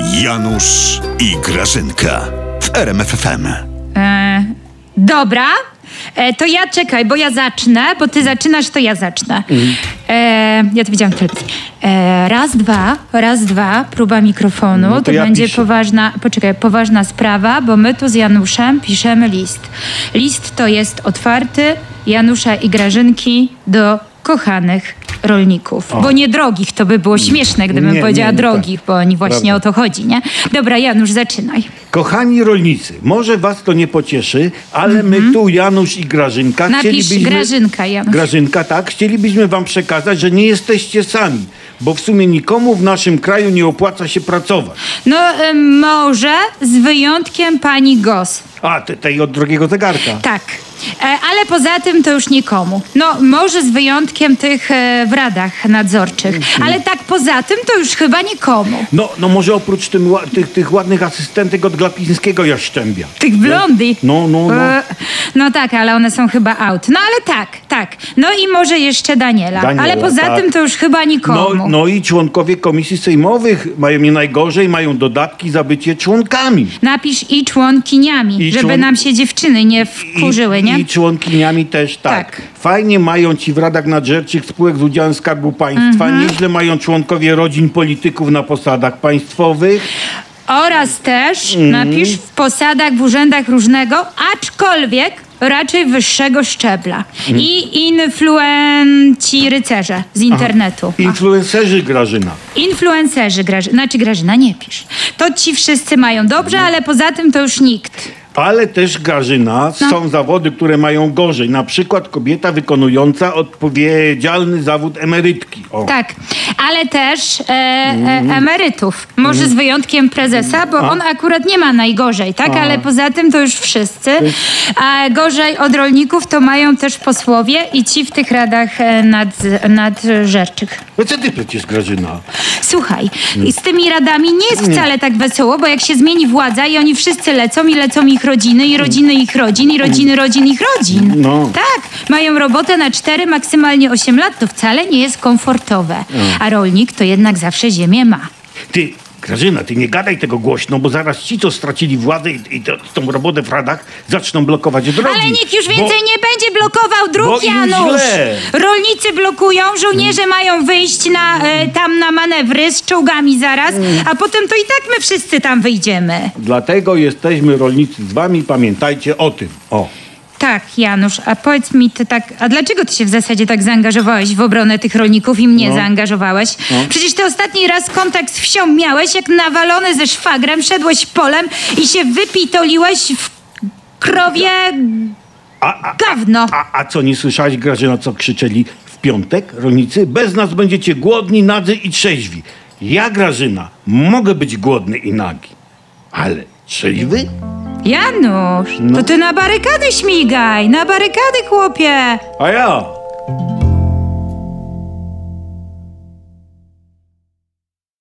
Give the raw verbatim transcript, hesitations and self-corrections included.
Janusz i Grażynka w R M F F M. E, dobra, e, to ja czekaj, bo ja zacznę, bo ty zaczynasz, to ja zacznę. E, ja to widziałam w telewizji. E, raz, dwa, raz, dwa, próba mikrofonu. No to to ja będzie piszę. poważna, poczekaj, poważna sprawa, bo my tu z Januszem piszemy list. List to jest otwarty Janusza i Grażynki do kochanych rolników. O. Bo nie drogich, to by było śmieszne, gdybym Nie, powiedziała nie, nie, drogich, tak. bo oni właśnie Prawda. o to chodzi, nie? Dobra, Janusz, zaczynaj. Kochani rolnicy, może was to nie pocieszy, ale my tu, Janusz i Grażynka, Napisz chcielibyśmy... Grażynka, Janusz. Grażynka, tak. Chcielibyśmy wam przekazać, że nie jesteście sami, bo w sumie nikomu w naszym kraju nie opłaca się pracować. No y, może z wyjątkiem pani Gos. A, te, tej od drogiego zegarka. Tak. E, ale poza tym to już nikomu. No może z wyjątkiem tych e, w radach nadzorczych. Ale tak poza tym to już chyba nikomu. No, no może oprócz tym, ła- tych, tych ładnych asystentek od Glapińskiego Jaszczębia. Tych blondy. No, no, no. E, no tak, ale one są chyba out. No ale tak, tak. No i może jeszcze Daniela. Daniela, ale poza tak. tym to już chyba nikomu. No, no i członkowie komisji sejmowych mają nie najgorzej, mają dodatki za bycie członkami. Napisz i członkiniami, I żeby człon- nam się dziewczyny nie wkurzyły, I, nie? I członkiniami też tak. Tak. Fajnie mają ci w radach nadzorczych spółek z udziałem Skarbu Państwa, Mhm. nieźle mają członkowie rodzin polityków na posadach państwowych. Oraz też Mhm. napisz w posadach w urzędach różnego, aczkolwiek raczej wyższego szczebla. Mhm. I influenci rycerze z internetu. A, Influencerzy, Grażyna. influencerzy, Graży, znaczy Grażyna, nie pisz. To ci wszyscy mają dobrze, ale poza tym to już nikt. Ale też, Grażyna, No. są zawody, które mają gorzej. Na przykład kobieta wykonująca odpowiedzialny zawód emerytki. O. Tak, ale też e, e, emerytów. Może z wyjątkiem prezesa, bo on akurat nie ma najgorzej, tak? Ale poza tym to już wszyscy. A gorzej od rolników to mają też posłowie i ci w tych radach e, nad, nadzorczych. No co ty przecież, Grażyna? Słuchaj, i z tymi radami nie jest wcale tak wesoło, bo jak się zmieni władza i oni wszyscy lecą i lecą ich rodziny i rodziny ich rodzin i rodziny rodzin ich rodzin. No. Tak, mają robotę na cztery, maksymalnie osiem lat. To wcale nie jest komfortowe. A rolnik to jednak zawsze ziemię ma. Ty, Grażyna, ty nie gadaj tego głośno, bo zaraz ci, co stracili władzę i, i to, tą robotę w radach, zaczną blokować drogi. Ale nikt już Bo- więcej nie będzie blokował bo dróg, im Janusz. źle. Rolnicy blokują, żołnierze mają wyjść na, e, tam na manewry z czołgami zaraz, a potem to i tak my wszyscy tam wyjdziemy. Dlatego jesteśmy rolnicy z wami, pamiętajcie o tym. O. Tak, Janusz, a powiedz mi, ty tak, a dlaczego ty się w zasadzie tak zaangażowałeś w obronę tych rolników i mnie No. zaangażowałeś? No. Przecież ty ostatni raz kontakt z wsią miałeś, jak nawalony ze szwagrem, szedłeś polem i się wypitoliłeś w krowie A, a, gawno. a, a co, nie słyszałeś, Grażyna, co krzyczeli w piątek rolnicy? Bez nas będziecie głodni, nadzy i trzeźwi. Ja, Grażyna, mogę być głodny i nagi, ale trzeźwy? Janusz, No. to ty na barykady śmigaj, na barykady, chłopie. A ja